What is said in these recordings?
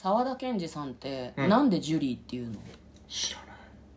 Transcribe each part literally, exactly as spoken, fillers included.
沢田研二さんって、 うん、 なんでジュリーっていうの？ 知らない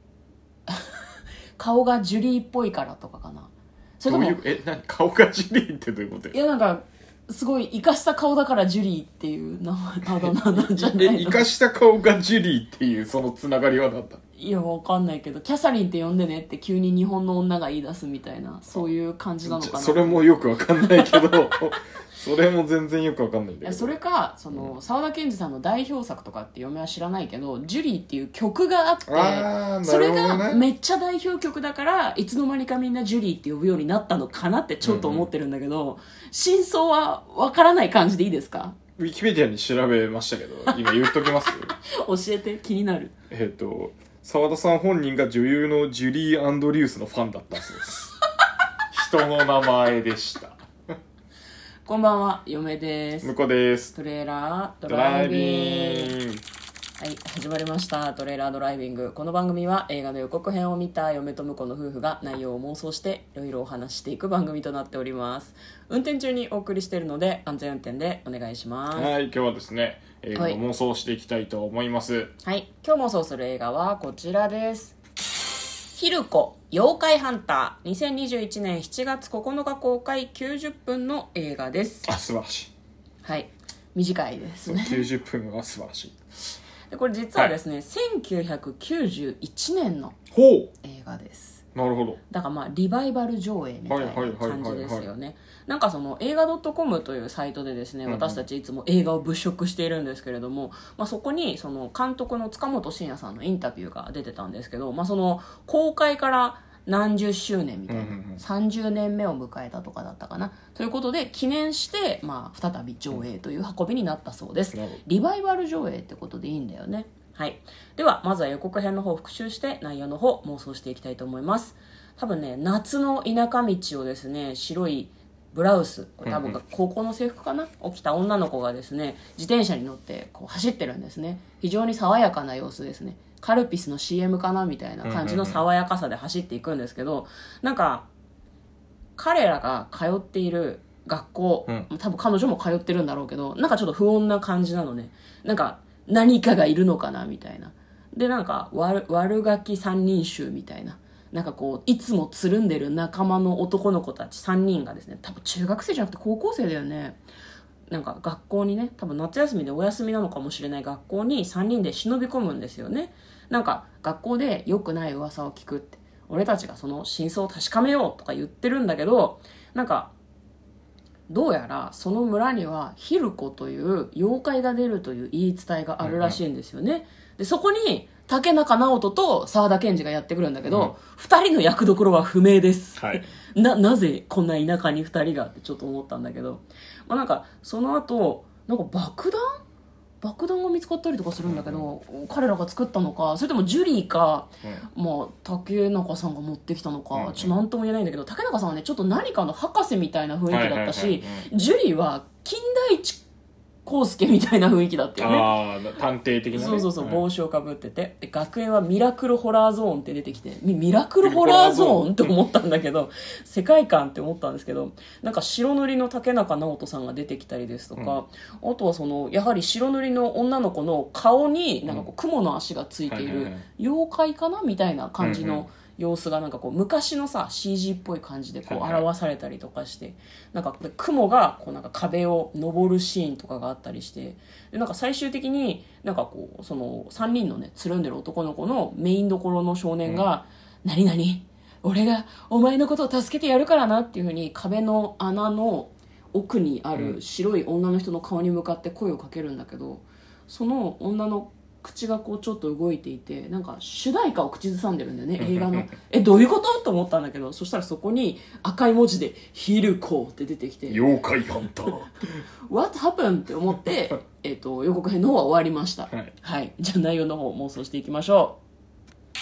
顔がジュリーっぽいからとかかな。それともどういうえ何顔がジュリーってどういうこと？ いやなんかすごい生かした顔だからジュリーっていう名前あだ名なんじゃないの？ え生かした顔がジュリーっていうそのつながりは何だ？ いやわかんないけどキャサリンって呼んでねって急に日本の女が言い出すみたいなそういう感じなのかな。 それもよくわかんないけどそれも全然よくわかんないんだけど。 それかその沢田研二さんの代表作とかって嫁は知らないけどジュリーっていう曲があってあ、 それがめっちゃ代表曲だからいつの間にかみんなジュリーって呼ぶようになったのかなってちょっと思ってるんだけど、うんうん、真相はわからない感じでいいですか？ ウィキペディアに調べましたけど今言っときます教えて、気になる。 えっと沢田さん本人が女優のジュリー・アンドリュースのファンだったそうです人の名前でしたこんばんは、嫁です。 向こうです。 トレーラードライビング。はい、始まりました。トレーラードライビング。この番組は映画の予告編を見た嫁と婿の夫婦が内容を妄想していろいろお話していく番組となっております。運転中にお送りしているので安全運転でお願いします。 はい、今日はですね、映画の妄想をしていきたいと思います。はい、 はい、今日妄想する映画はこちらです。ヒルコ妖怪ハンターにせんにじゅういちねんしちがつここのか公開きゅうじゅっぷんの映画です。 あ、素晴らしい。 はい、短いですね。 きゅうじゅっぷんは素晴らしい。 でこれ実はですね、はい、せんきゅうひゃくきゅうじゅういちねんの映画です。 なるほど。 だからまあリバイバル上映みたいな感じですよね。なんかその映画 .com というサイトでですね、うんうん、私たちいつも映画を物色しているんですけれども、まあ、そこにその監督の塚本慎也さんのインタビューが出てたんですけど、まあ、その公開から何十周年みたいな、うんうんうん、さんじゅうねんめを迎えたとかだったかなということで記念して、まあ、再び上映という運びになったそうです、うん、リバイバル上映ってことでいいんだよね。はい、ではまずは予告編の方を復習して内容の方妄想していきたいと思います。多分ね夏の田舎道をですね白いブラウス、これ多分高校の制服かなを着た女の子がですね自転車に乗ってこう走ってるんですね。非常に爽やかな様子ですね。カルピスの シーエム かなみたいな感じの爽やかさで走っていくんですけど、なんか彼らが通っている学校、うん、多分彼女も通ってるんだろうけど、なんかちょっと不穏な感じなのね。なんか何かがいるのかなみたいな。でなんか悪悪ガキ三人衆みたいな、なんかこういつもつるんでる仲間の男の子たちさんにんがですね、多分中学生じゃなくて高校生だよね。なんか学校にね、多分夏休みでお休みなのかもしれない学校にさんにんで忍び込むんですよね。なんか学校で良くない噂を聞くって、俺たちがその真相を確かめようとか言ってるんだけど、なんかどうやらその村にはヒルコという妖怪が出るという言い伝えがあるらしいんですよね。でそこに竹中直人と沢田研二がやってくるんだけど、うん、ふたりの役どころは不明です、はい、な, なぜこんな田舎にふたりがってちょっと思ったんだけど、まあ、なんかその後なんか爆弾爆弾が見つかったりとかするんだけど、うん、彼らが作ったのかそれともジュリーか、うんまあ、竹中さんが持ってきたのか、うん、ちょっと何とも言えないんだけど、竹中さんはねちょっと何かの博士みたいな雰囲気だったし、はいはいはいうん、ジュリーは金田一康介みたいな雰囲気だったよね。 ああ探偵的なね。 そうそうそう、はい、帽子をかぶってて、で学園はミラクルホラーゾーンって出てきて、ミ, ミラクルホラーゾーンって思ったんだけど世界観って思ったんですけど、なんか白塗りの竹中直人さんが出てきたりですとか、うん、あとはそのやはり白塗りの女の子の顔になんかこう雲の足がついている妖怪かなみたいな感じの、うんうん様子がなんかこう昔のさ シージー っぽい感じでこう表されたりとかして、なんか雲がこうなんか壁を登るシーンとかがあったりして、でなんか最終的になんかこうそのさんにんのねつるんでる男の子のメインどころの少年が、うん、何々俺がお前のことを助けてやるからなっていう風に壁の穴の奥にある白い女の人の顔に向かって声をかけるんだけど、その女の口がこうちょっと動いていて、なんか主題歌を口ずさんでるんだよね映画のえどういうことと思ったんだけど、そしたらそこに赤い文字でヒルコって出てきて妖怪ハンター What happened? って思って、えー、と予告編の方は終わりました、はいはい、じゃあ内容の方妄想していきましょう。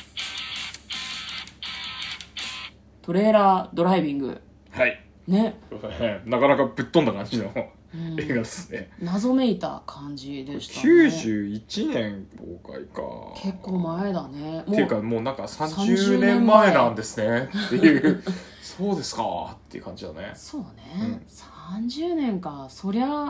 トレーラードライビング、 はいね、 なかなかぶっ飛んだ感じの映画ですね。 謎めいた感じでしたね。 きゅうじゅういちねん公開か。 結構前だね。 っていうかもうなんかさんじゅうねんまえなんですねっていうそうですかっていう感じだね。 そうね、うん、さんじゅうねんか。そりゃ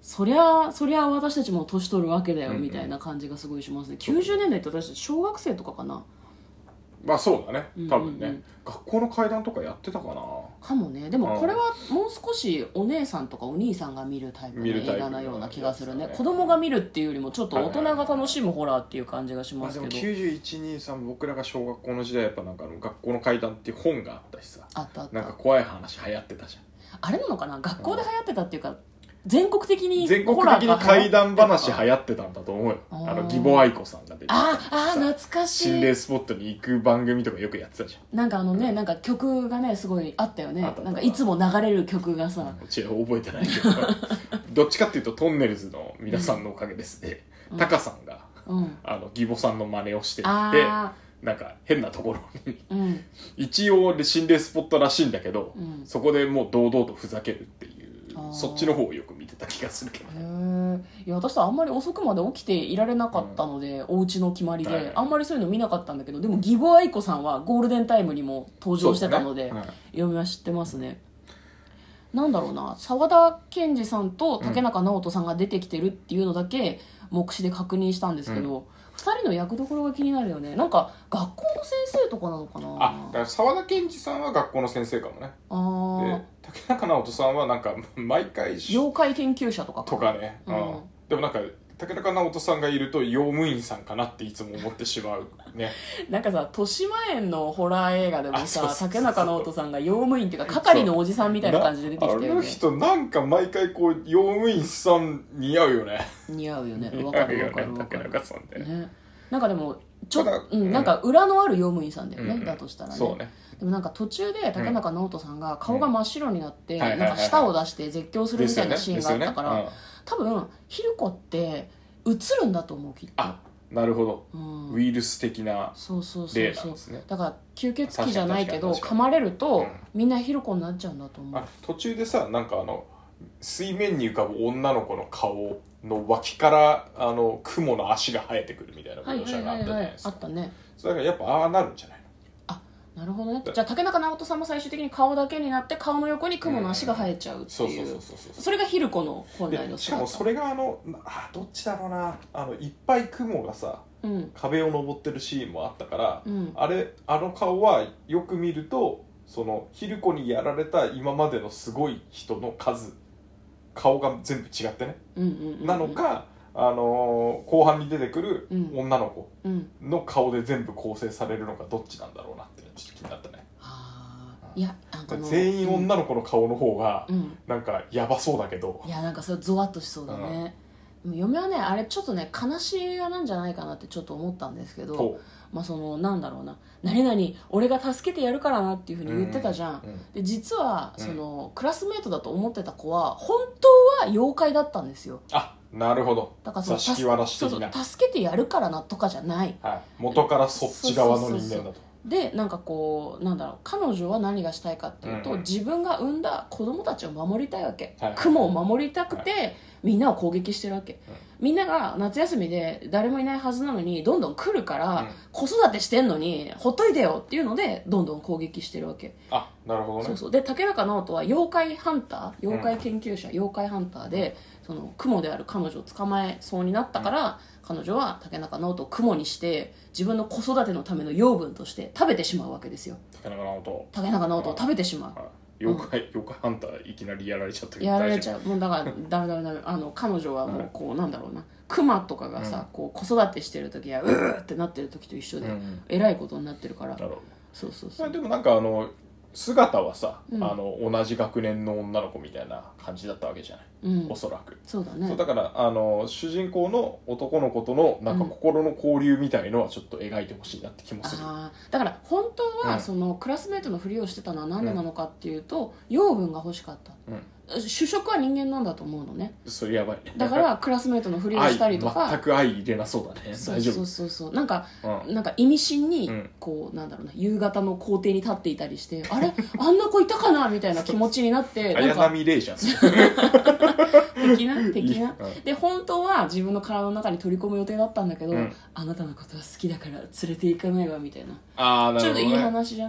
そりゃそりゃ私たちも年取るわけだよみたいな感じがすごいしますね、うんうん、きゅうじゅうねんだいって私たち小学生とかかな。 まあそうだね多分ね、うんうんうん、学校の階段とかやってたかなかもね。でもこれはもう少しお姉さんとかお兄さんが見るタイプの映画のような気がするね。子供が見るっていうよりもちょっと大人が楽しむホラーっていう感じがしますけど、 まあ、でもきゅうじゅういち、に、さん僕らが小学校の時代やっぱなんかあの学校の怪談っていう本があったしさ、 あったあった、 なんか怖い話流行ってたじゃん。 あれなのかな、学校で流行ってたっていうか全国的に全国的に怪談話流行ってたんだと思うよ。あの義母愛子さんが出てたああ懐かしい心霊スポットに行く番組とかよくやってたじゃん。 なんかあのね、うん、なんか曲がねすごいあったよね。なんかいつも流れる曲がさ、 うちは覚えてないけどどっちかっていうとトンネルズの皆さんのおかげですね、うん、タカさんが、うん、あの義母さんの真似をしてってなんか変なところに、うん、一応心霊スポットらしいんだけど、うん、そこでもう堂々とふざけるっていうそっちの方をよく見てた気がするけどね。 へいや私はあんまり遅くまで起きていられなかったので、うん、お家の決まりで、はい、あんまりそういうの見なかったんだけど、でも義母愛子さんはゴールデンタイムにも登場してたので、ねはい、読みは知ってますね。なんだろうな、沢田研二さんと竹中直人さんが出てきてるっていうのだけ目視で確認したんですけど、うんふたりの役どころが気になるよね。なんか学校の先生とかなのかな。 あ、だから沢田研二さんは学校の先生かもね。あで竹中直人さんはなんか毎回妖怪研究者とかかとかね、うん、でもなんか竹中直人さんがいると用務員さんかなっていつも思ってしまうねなんかさ豊島園のホラー映画でもさ竹中直人さんが用務員っていうか係のおじさんみたいな感じで出てきてるよね。 あの人なんか毎回こう用務員さん似合うよね。 似合うよね。わかるわかるわかる。 竹中さんでね。 なんかでもちょっと、うん、なんか裏のある用務員さんだよね、うん、だとしたらね。 そうね。 でもなんか途中で竹中直人さんが顔が真っ白になって、うん、なんか舌を出して絶叫するみたいなシーンがあったから、ねねうん、多分ヒルコって映るんだと思うきっと。 あ、なるほど、うん、ウイルス的な例なんですね。そうそうそうそう。 だから吸血鬼じゃないけど噛まれると、うん、みんなヒルコになっちゃうんだと思う。 あ途中でさなんかあの水面に浮かぶ女の子の顔の脇からあの雲の足が生えてくるみたいな描写があったじゃないですか。 あったね。 それだからやっぱああなるんじゃないの。 あ、なるほどね。じゃあ竹中直人さんも最終的に顔だけになって顔の横に雲の足が生えちゃうっていう。それがヒルコの本来の姿。 しかもそれがあのあどっちだろうなあのいっぱい雲がさ、うん、壁を登ってるシーンもあったから、うん、あれあの顔はよく見るとそのヒルコにやられた今までのすごい人の数顔が全部違ってね、うんうんうんうん、なのか、あのー、後半に出てくる女の子の顔で全部構成されるのかどっちなんだろうなってちょっと気になったね。 あいやあの全員女の子の顔の方がなんかヤバそうだけど、 うん、いやなんかそれゾワッとしそうだね、うん、でも嫁はねあれちょっとね悲しい映画なんじゃないかなってちょっと思ったんですけど、まあそのなんだろうな何々俺が助けてやるからなっていうふうに言ってたじゃん、うんうん、で実はその、うん、クラスメートだと思ってた子は本当は妖怪だったんですよ。 あ、なるほど。 だからその座敷わらし的な、そうそう助けてやるからなとかじゃない、 はい、元からそっち側の人間だと。そうそうそうそうでなんかこうなんだろう彼女は何がしたいかっていうと、うんうん、自分が産んだ子供たちを守りたいわけ、はいはいはい、雲を守りたくて、はい、みんなを攻撃してるわけ、うん、みんなが夏休みで誰もいないはずなのにどんどん来るから、うん、子育てしてんのにほっといてよっていうのでどんどん攻撃してるわけ。 あ、なるほどね。 そうそう。で竹中直人は妖怪ハンター妖怪研究者、うん、妖怪ハンターでその雲である彼女を捕まえそうになったから、うん彼女は竹中直人を雲にして自分の子育てのための養分として食べてしまうわけですよ。 竹中直人竹中直人を食べてしまう。 妖怪、うん、妖怪ハンターいきなりやられちゃったけどやられちゃう。もうだからダメダメダメあの彼女はもうこう、うん、なんだろうな熊とかがさ、うん、こう子育てしてる時やうーってなってる時と一緒で、うん、えらいことになってるから。なるほど。そうそうそう。 でもなんかあの姿はさ、うん、あの同じ学年の女の子みたいな感じだったわけじゃない、うん、おそらく。 そうだね。 そうだからあの主人公の男の子とのなんか心の交流みたいのはちょっと描いてほしいなって気もする、うん、 あだから本当は、うん、そのクラスメートのふりをしてたのは何でなのかっていうと、うん、養分が欲しかった、うん主食は人間なんだと思うのね。 それやばい。 だからクラスメートのふりをしたりとか全く相入れなそうだね。大丈夫。 そうそうそうなんか、うん、なんか意味深に、うん、こうなんだろうな夕方の校庭に立っていたりしてあれあんな子いたかなみたいな気持ちになって綾波レイじゃん的な的な、うん、で本当は自分の体の中に取り込む予定だったんだけど、うん、あなたのことは好きだから連れて行かないわみたいな。 あーなるほどね。 ちょっといい話じゃない。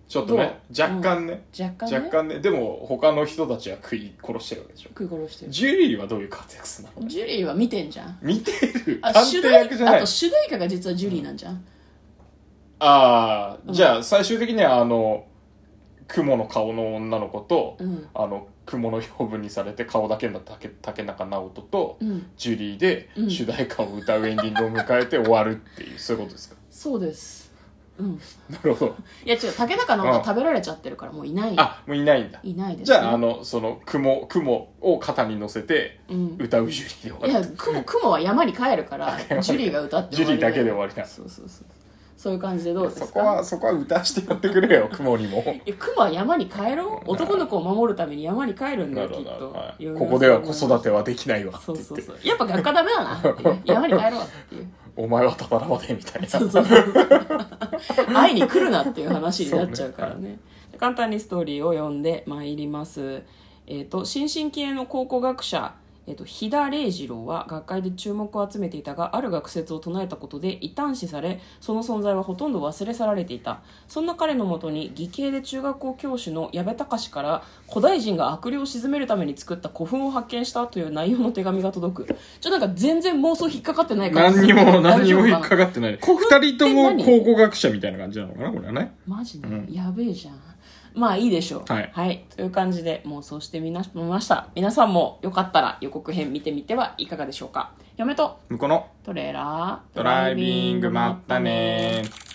ちょっとね若干ね、 うん、若干ね若干ねでも他の人たちは食い殺してるわけでしょ。 食い殺してる。 ジュリーはどういう活躍するの？ ジュリーは見てんじゃん。 見てるあ探偵役じゃない。 あと主題歌が実はジュリーなんじゃん、うん、 ああじゃあ最終的にはあの雲の顔の女の子と、 うん、 あの雲の養分にされて顔だけになった竹, 竹中直人と、 うん、 ジュリーで主題歌を歌うエンディングを迎えて終わるっていうそういうことですか？ そうです、うん、 なるほど。 いや違う、竹中直人食べられちゃってるからもういない。 あもういないんだ。 いないです、ね、 じゃああのその雲雲を肩に乗せて歌うジュリーで終わる、 うん、いや雲雲は山に帰るからジュリーが歌って終わり。 ジュリーだけで終わりな。 そうそうそう、そういう感じでどうですか？ そこはそこは歌してやってくれよ雲にも。 いや雲は山に帰ろう。男の子を守るために山に帰るんだよきっと、 はい、ここでは子育てはできないわって言って。 そうそうそう、やっぱ学科ダメだなっていう山に帰ろうっていう。 お前はただらばでみたいな。 そうそうそう会いに来るなっていう話になっちゃうからね。ね、はい、簡単にストーリーを読んでまいります。えーと、新進気鋭の考古学者えっと、飛田礼二郎は学会で注目を集めていたが、ある学説を唱えたことで異端視され、その存在はほとんど忘れ去られていた。そんな彼のもとに義兄で中学校教師の矢部隆から古代人が悪霊を鎮めるために作った古墳を発見したという内容の手紙が届く。ちょっとなんか全然妄想引っかかってない感じ。 何にも何にも引っかかってない。二人とも考古学者みたいな感じなのかなこれはね。 マジで、 うん、 やべえじゃん。まあいいでしょう。 はい。 はい。という感じで妄想してみました。皆さんもよかったら予告編見てみてはいかがでしょうか。嫁と向こうのトレーラードライビングまったねー。